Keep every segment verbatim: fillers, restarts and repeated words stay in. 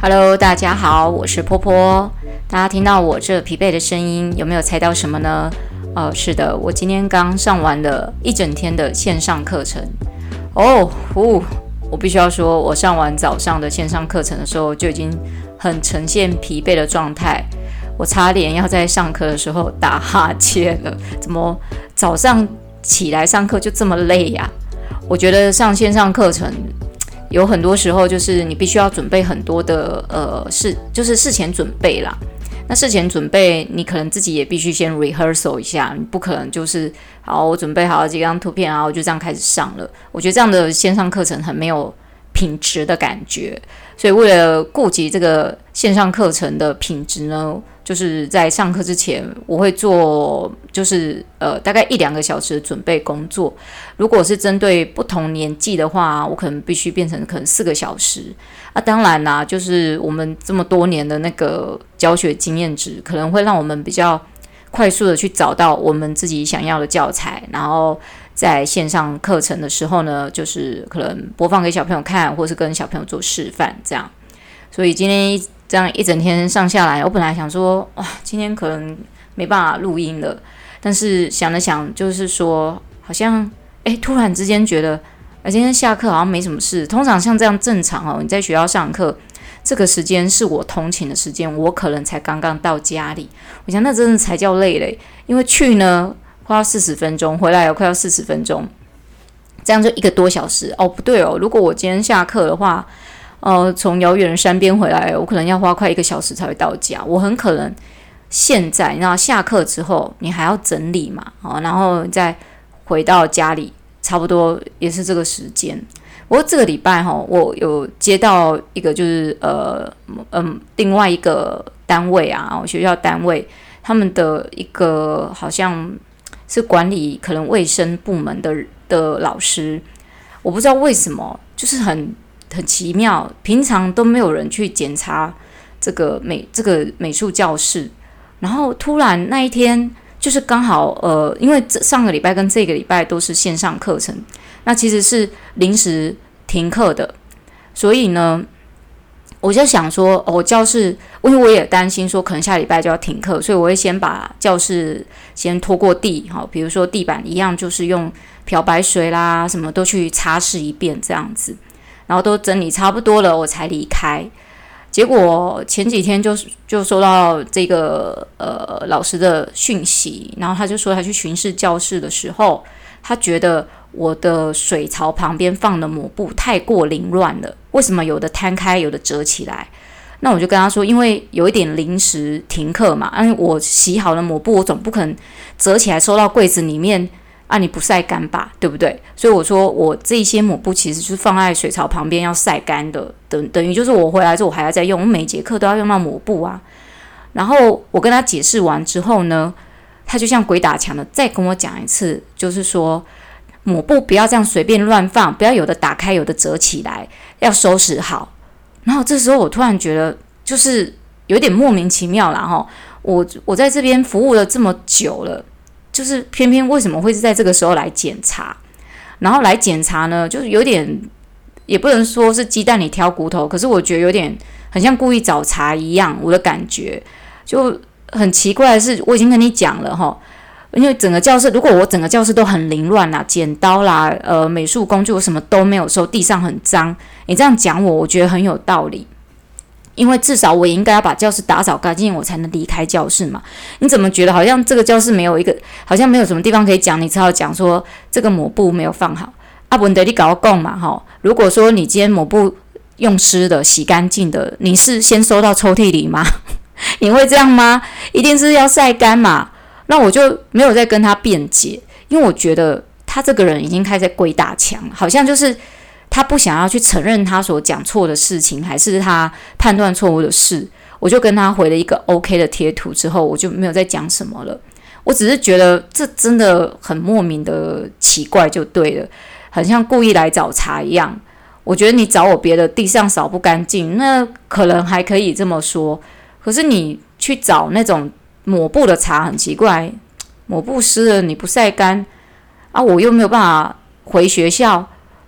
Hello， 大家好，我是波波。大家听到我这疲惫的声音，有没有猜到什么呢？呃，是的，我今天刚上完了一整天的线上课程。哦，呼，我必须要说，我上完早上的线上课程的时候，就已经很呈现疲惫的状态。我差点要在上课的时候打哈欠了。怎么早上起来上课就这么累呀、啊？我觉得上线上课程有很多时候就是你必须要准备很多的呃事，就是事前准备啦。那事前准备，你可能自己也必须先 rehearsal 一下，你不可能就是好，我准备好几张图片，然后就这样开始上了。我觉得这样的线上课程很没有品质的感觉，所以为了顾及这个线上课程的品质呢，就是在上课之前，我会做就是呃大概一两个小时的准备工作。如果是针对不同年纪的话，我可能必须变成可能四个小时。啊，当然啦，就是我们这么多年的那个教学经验值，可能会让我们比较快速的去找到我们自己想要的教材，然后在线上课程的时候呢，就是可能播放给小朋友看，或是跟小朋友做示范这样。所以今天这样一整天上下来，我本来想说，哇，今天可能没办法录音了，但是想了想，就是说，好像，哎，突然之间觉得，啊，今天下课好像没什么事。通常像这样正常哦，你在学校上课，这个时间是我通勤的时间，我可能才刚刚到家里。我想那真的才叫累嘞，因为去呢快要四十分钟，回来也快要四十分钟，这样就一个多小时。哦，不对哦，如果我今天下课的话，呃，从遥远的山边回来，我可能要花快一个小时才会到家。我很可能现在，你知道，下课之后你还要整理嘛，哦，然后再回到家里，差不多也是这个时间。不过这个礼拜哈，我有接到一个就是呃嗯另外一个单位啊，学校单位他们的一个好像是管理可能卫生部门的的老师，我不知道为什么，就是很很奇妙，平常都没有人去检查这个美这个美术教室，然后突然那一天就是刚好呃，因为上个礼拜跟这个礼拜都是线上课程，那其实是临时停课的，所以呢，我就想说，哦，教室，因为我也担心说可能下礼拜就要停课，所以我会先把教室先拖过地，好，比如说地板一样，就是用漂白水啦，什么都去擦拭一遍这样子。然后都整理差不多了，我才离开。结果前几天就就收到这个呃老师的讯息，然后他就说他去巡视教室的时候，他觉得我的水槽旁边放的抹布太过凌乱了，为什么有的摊开，有的折起来？那我就跟他说，因为有一点临时停课嘛，因为我洗好的抹布，我总不可能折起来收到柜子里面。啊，你不晒干吧，对不对？所以我说我这些抹布其实就是放在水槽旁边要晒干的，等等于就是我回来之后我还要再用，我每节课都要用到抹布啊。然后我跟他解释完之后呢，他就像鬼打墙的再跟我讲一次，就是说抹布不要这样随便乱放，不要有的打开有的折起来，要收拾好。然后这时候我突然觉得就是有点莫名其妙啦齁，我我在这边服务了这么久了。就是偏偏为什么会是在这个时候来检查，然后来检查呢，就是有点也不能说是鸡蛋里挑骨头，可是我觉得有点很像故意找茬一样，我的感觉就很奇怪的是，我已经跟你讲了齁，因为整个教室，如果我整个教室都很凌乱啦，剪刀啦，呃，美术工具我什么都没有收，地上很脏，你这样讲我，我觉得很有道理。因为至少我应该要把教室打扫干净，我才能离开教室嘛。你怎么觉得好像这个教室没有一个，好像没有什么地方可以讲？你只好讲说这个抹布没有放好。啊，不然你搞讲嘛，哈。如果说你今天抹布用湿的、洗干净的，你是先收到抽屉里吗？你会这样吗？一定是要晒干嘛。那我就没有再跟他辩解，因为我觉得他这个人已经开始鬼打墙，好像就是。他不想要去承认他所讲错的事情，还是他判断错误的事，我就跟他回了一个 OK 的贴图之后，我就没有再讲什么了。我只是觉得这真的很莫名的奇怪，就对了，很像故意来找茬一样。我觉得你找我别的地上扫不干净，那可能还可以这么说。可是你去找那种抹布的茬，很奇怪，抹布湿了你不晒干啊，我又没有办法回学校。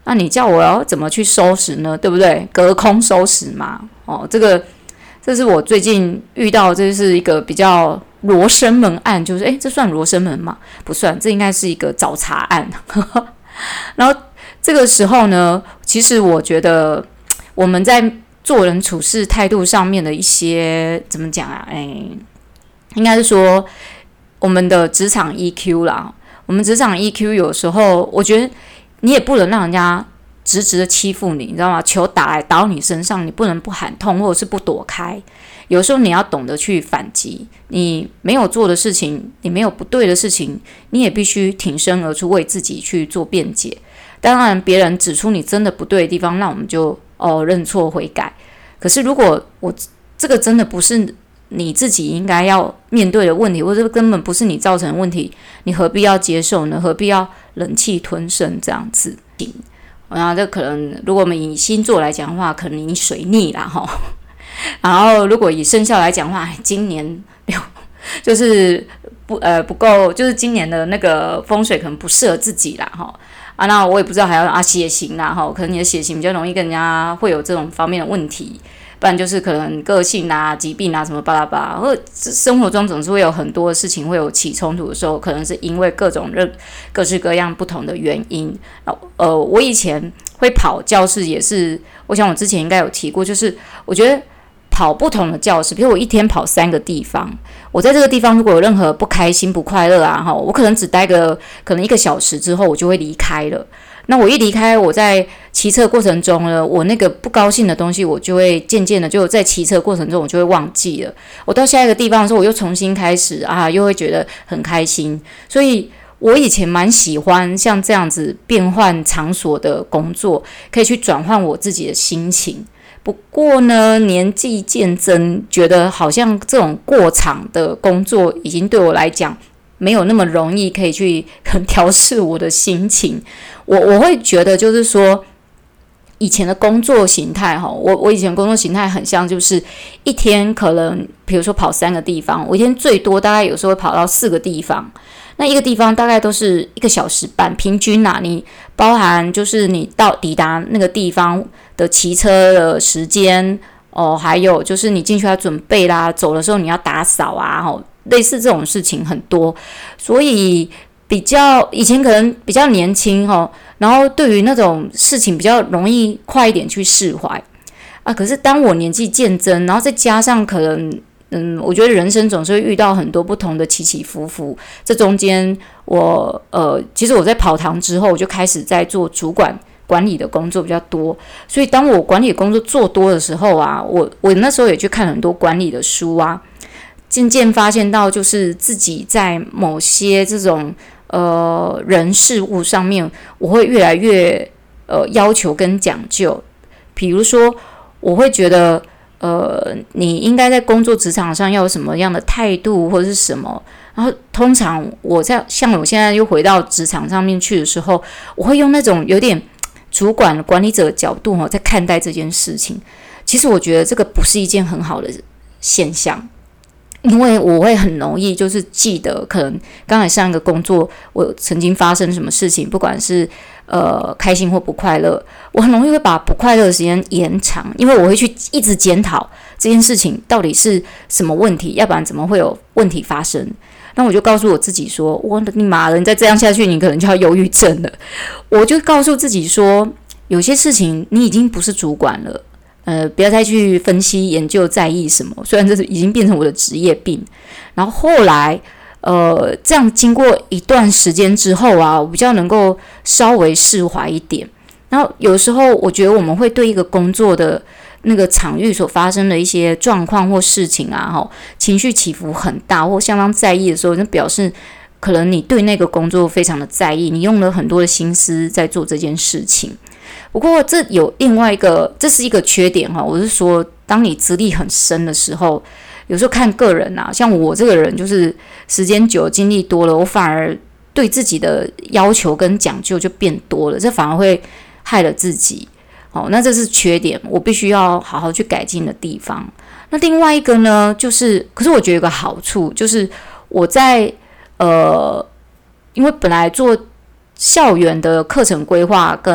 那你叫我要怎么去收拾呢？对不对？隔空收拾嘛。哦，这个这是我最近遇到，这是一个比较罗生门案，就是诶，这算罗生门吗？不算，这应该是一个找茬案。然后这个时候呢，其实我觉得我们在做人处事态度上面的一些怎么讲啊？诶，应该是说我们的职场 E Q 啦。我们职场 E Q 有时候，我觉得你也不能让人家直直的欺负你，你知道吗？球打来打到你身上，你不能不喊痛或者是不躲开。有时候你要懂得去反击，你没有做的事情，你没有不对的事情，你也必须挺身而出，为自己去做辩解。当然，别人指出你真的不对的地方，那我们就哦认错悔改。可是如果我这个真的不是你自己应该要面对的问题，或者根本不是你造成的问题，你何必要接受呢？何必要忍气吞声这样子？那这可能，如果我们以星座来讲的话，可能你水逆啦齁。然后，如果以生肖来讲的话，今年就是不呃不够，就是今年的那个风水可能不适合自己啦齁。啊，那我也不知道还要啊血型啦齁，可能你的血型比较容易跟人家会有这种方面的问题。不然就是可能个性啊、疾病啊什么巴拉巴拉，或生活中总是会有很多事情会有起冲突的时候，可能是因为各种各各式各样不同的原因。呃，我以前会跑教室也是，我想我之前应该有提过，就是我觉得跑不同的教室，比如我一天跑三个地方，我在这个地方如果有任何不开心、不快乐啊，哈，我可能只待个可能一个小时之后，我就会离开了。那我一离开，我在骑车过程中呢，我那个不高兴的东西，我就会渐渐的就在骑车过程中，我就会忘记了。我到下一个地方的时候，我又重新开始啊，又会觉得很开心。所以我以前蛮喜欢像这样子变换场所的工作，可以去转换我自己的心情。不过呢，年纪渐增，觉得好像这种过场的工作已经对我来讲没有那么容易可以去调试我的心情。我我会觉得就是说，以前的工作形态哈，我我以前工作形态很像，就是一天可能比如说跑三个地方，我一天最多大概有时候会跑到四个地方。那一个地方大概都是一个小时半，平均啊，你包含就是你到抵达那个地方的骑车的时间哦，还有就是你进去要准备啦，走的时候你要打扫啊，哦，类似这种事情很多，所以比较以前可能比较年轻哦，然后对于那种事情比较容易快一点去释怀啊。可是当我年纪渐增，然后再加上可能。嗯，我觉得人生总是会遇到很多不同的起起伏伏。这中间我，呃，其实我在跑堂之后，我就开始在做主管管理的工作比较多。所以，当我管理的工作做多的时候啊，我我那时候也去看很多管理的书啊，渐渐发现到，就是自己在某些这种呃人事物上面，我会越来越呃要求跟讲究。比如说，我会觉得。呃，你应该在工作职场上要有什么样的态度或者是什么？然后通常我在像我现在又回到职场上面去的时候，我会用那种有点主管管理者的角度哦，在看待这件事情。其实我觉得这个不是一件很好的现象，因为我会很容易就是记得，可能刚才上一个工作我曾经发生什么事情，不管是呃开心或不快乐，我很容易会把不快乐的时间延长，因为我会去一直检讨这件事情到底是什么问题，要不然怎么会有问题发生。那我就告诉我自己说，我的你妈的，你再这样下去，你可能就要忧郁症了。我就告诉自己说，有些事情你已经不是主管了，呃，不要再去分析、研究、在意什么。虽然这是已经变成我的职业病，然后后来。呃，这样经过一段时间之后啊，我比较能够稍微释怀一点。然后有时候我觉得我们会对一个工作的那个场域所发生的一些状况或事情啊，吼，情绪起伏很大或相当在意的时候，那表示可能你对那个工作非常的在意，你用了很多的心思在做这件事情。不过这有另外一个，这是一个缺点哈，我是说，当你资历很深的时候。有时候看个人啊，像我这个人就是时间久、经历多了，我反而对自己的要求跟讲究就变多了，这反而会害了自己。哦，那这是缺点，我必须要好好去改进的地方。那另外一个呢，就是，可是我觉得有个好处，就是我在呃，因为本来做校园的课程规划跟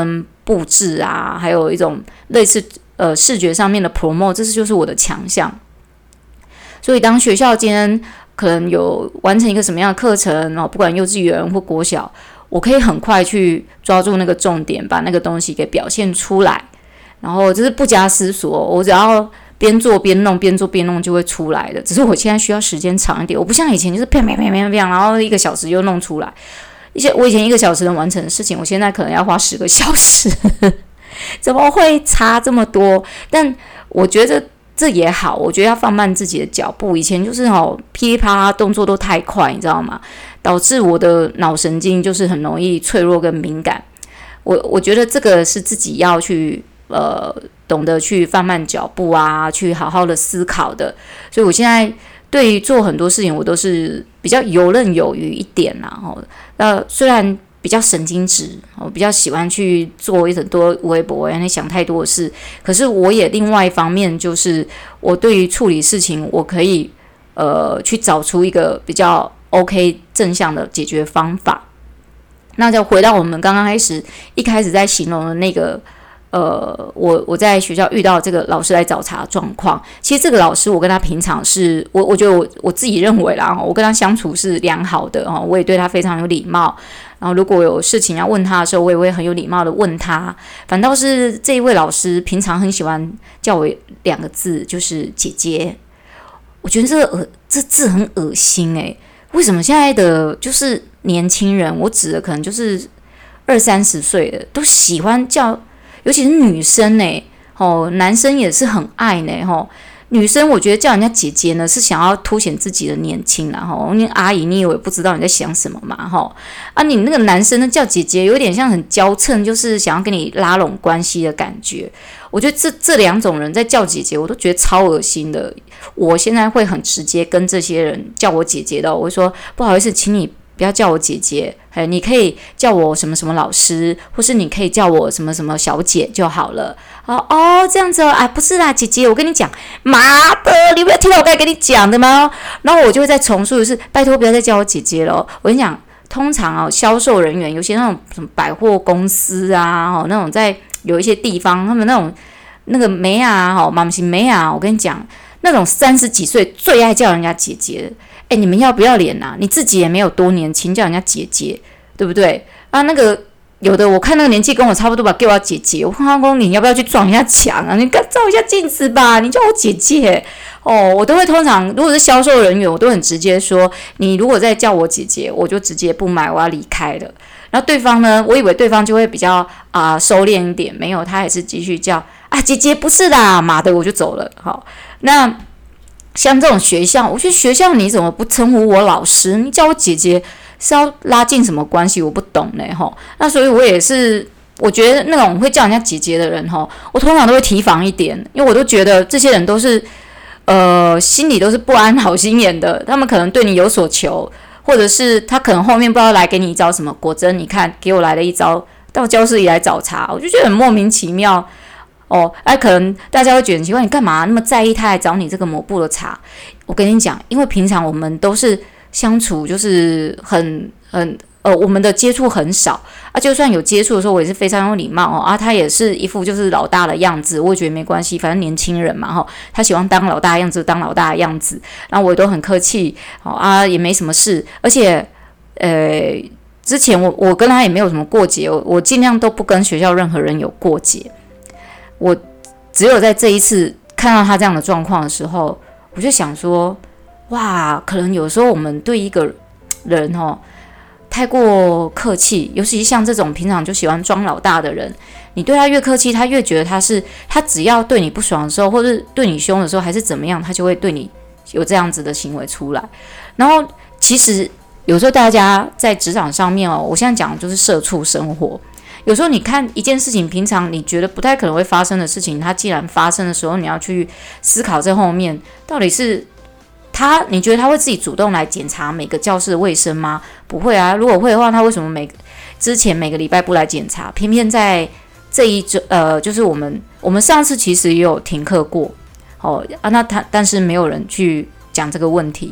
布置啊，还有一种类似呃视觉上面的 promote， 这是就是我的强项。所以当学校今天可能有完成一个什么样的课程，哦，不管幼稚园或国小，我可以很快去抓住那个重点，把那个东西给表现出来，然后就是不假思索，我只要边做边弄，边做边弄就会出来的。只是我现在需要时间长一点，我不像以前就是啪啪啪啪啪，然后一个小时就弄出来。一些我以前一个小时能完成的事情，我现在可能要花十个小时，怎么会差这么多？但我觉得这也好，我觉得要放慢自己的脚步。以前就是哦噼里啪啦动作都太快，你知道吗？导致我的脑神经就是很容易脆弱跟敏感。我我觉得这个是自己要去呃懂得去放慢脚步啊，去好好的思考的。所以我现在对于做很多事情，我都是比较游刃有余一点啦。哦，那虽然比较神经质，我比较喜欢去做很多微博，你想太多的事。可是我也另外一方面，就是我对于处理事情，我可以呃去找出一个比较 OK 正向的解决方法。那就回到我们刚刚开始一开始在形容的那个呃，我我在学校遇到这个老师来找茬的状况。其实这个老师我跟他平常是我我觉得我我自己认为啦，我跟他相处是良好的哦，我也对他非常有礼貌。然后如果有事情要问他的时候，我也会很有礼貌的问他。反倒是这一位老师平常很喜欢叫我两个字，就是姐姐。我觉得这个恶这字很恶心诶、欸，为什么现在的就是年轻人，我指的可能就是二三十岁的都喜欢叫，尤其是女生呢、欸，哦，男生也是很爱呢、欸，吼。女生我觉得叫人家姐姐呢，是想要凸显自己的年轻啦，吼。你阿姨，你以为不知道你在想什么嘛，吼。啊，你那个男生呢叫姐姐，有点像很娇嗔，就是想要跟你拉拢关系的感觉。我觉得这这两种人在叫姐姐，我都觉得超恶心的。我现在会很直接跟这些人叫我姐姐的，我会说不好意思，请你不要叫我姐姐，哎，你可以叫我什么什么老师，或是你可以叫我什么什么小姐就好了。哦哦，这样子哦，啊，不是啦，姐姐，我跟你讲，妈的，你不要听到我刚才跟你讲的吗？然后我就会再重述的是，拜托不要再叫我姐姐了。我跟你讲，通常啊、哦，销售人员有些那种什么百货公司啊，哦，那种在有一些地方，他们那种那个妹啊，哈，妈妈是妹啊，我跟你讲，那种三十几岁最爱叫人家姐姐。哎，你们要不要脸啊？你自己也没有多年轻，叫人家姐姐，对不对？啊，那个有的我看那个年纪跟我差不多吧，给我姐姐，我看他说你要不要去撞一下墙啊？你照一下镜子吧，你叫我姐姐哦，我都会通常如果是销售人员，我都很直接说，你如果再叫我姐姐，我就直接不买，我要离开了。然后对方呢，我以为对方就会比较啊、呃、收敛一点，没有，他还是继续叫啊姐姐，不是啦，妈的，我就走了。好，那。像这种学校，我觉得学校你怎么不称呼我老师？你叫我姐姐是要拉近什么关系？我不懂嘞吼。那所以我也是，我觉得那种会叫人家姐姐的人吼，我通常都会提防一点，因为我都觉得这些人都是呃心里都是不安好心眼的，他们可能对你有所求，或者是他可能后面不知道来给你一招什么，果真你看给我来了一招，到教室里来找茬，我就觉得很莫名其妙。哦，哎，可能大家会觉得很奇怪，你干嘛那么在意他来找你这个抹布的茬？我跟你讲，因为平常我们都是相处，就是很很呃，我们的接触很少啊。就算有接触的时候，我也是非常有礼貌哦啊。他也是一副就是老大的样子，我也觉得没关系，反正年轻人嘛哈、哦，他喜欢当老大的样子，当老大的样子，然后我也都很客气，哦啊，也没什么事，而且呃，之前我我跟他也没有什么过节，我我尽量都不跟学校任何人有过节。我只有在这一次看到他这样的状况的时候，我就想说，哇，可能有时候我们对一个人哦太过客气，尤其像这种平常就喜欢装老大的人，你对他越客气，他越觉得他是他只要对你不爽的时候，或是对你凶的时候，还是怎么样，他就会对你有这样子的行为出来。然后其实有时候大家在职场上面哦，我现在讲的就是社畜生活。有时候你看一件事情，平常你觉得不太可能会发生的事情，它既然发生的时候，你要去思考这后面到底是他，你觉得他会自己主动来检查每个教室的卫生吗？不会啊，如果会的话，他为什么每之前每个礼拜不来检查，偏偏在这一周呃，就是我们我们上次其实也有停课过哦啊，那他但是没有人去讲这个问题。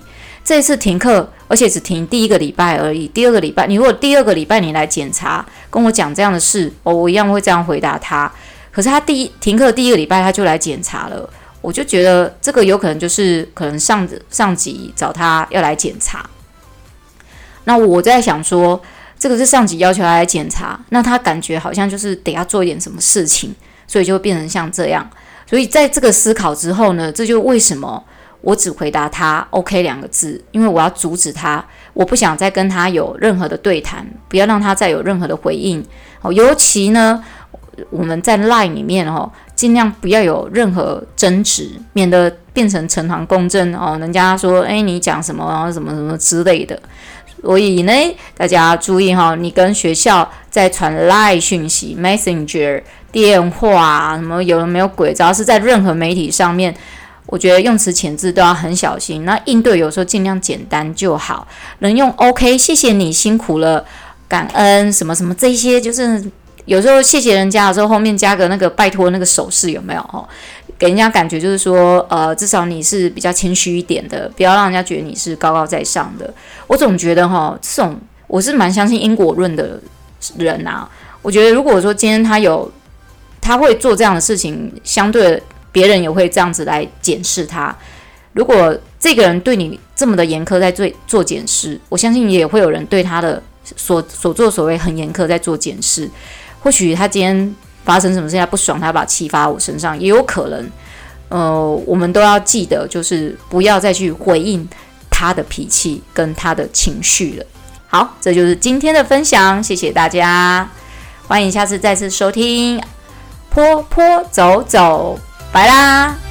这次停课，而且只停第一个礼拜而已。第二个礼拜，你如果第二个礼拜你来检查，跟我讲这样的事，哦，我一样会这样回答他。可是他第一停课第一个礼拜他就来检查了，我就觉得这个有可能就是可能上上级找他要来检查。那我在想说，这个是上级要求他来检查，那他感觉好像就是得要做一点什么事情，所以就变成像这样。所以在这个思考之后呢，这就为什么我只回答他 OK 两个字，因为我要阻止他，我不想再跟他有任何的对谈，不要让他再有任何的回应。哦，尤其呢，我们在 LINE 里面哦，尽量不要有任何争执，免得变成呈堂共振哦。人家说，哎，你讲什么，然后什么什么之类的。所以呢，大家注意哈，你跟学校在传 LINE 讯息、Messenger、电话什么有了没有鬼，只要是在任何媒体上面，我觉得用词遣字都要很小心。那应对有时候尽量简单就好，能用 OK， 谢谢你辛苦了，感恩什么什么这些，就是有时候谢谢人家的时候，后面加个那个拜托那个手势有没有哈？给人家感觉就是说，呃，至少你是比较谦虚一点的，不要让人家觉得你是高高在上的。我总觉得哈，这种我是蛮相信因果论的人啊。我觉得如果说今天他有他会做这样的事情，相对别人也会这样子来检视他。如果这个人对你这么的严苛在做做检视，我相信也会有人对他的所所作所为很严苛在做检视。或许他今天发生什么事情他不爽，他把气发我身上，也有可能。呃，我们都要记得，就是不要再去回应他的脾气跟他的情绪了。好，这就是今天的分享，谢谢大家，欢迎下次再次收听坡坡走走，拜啦。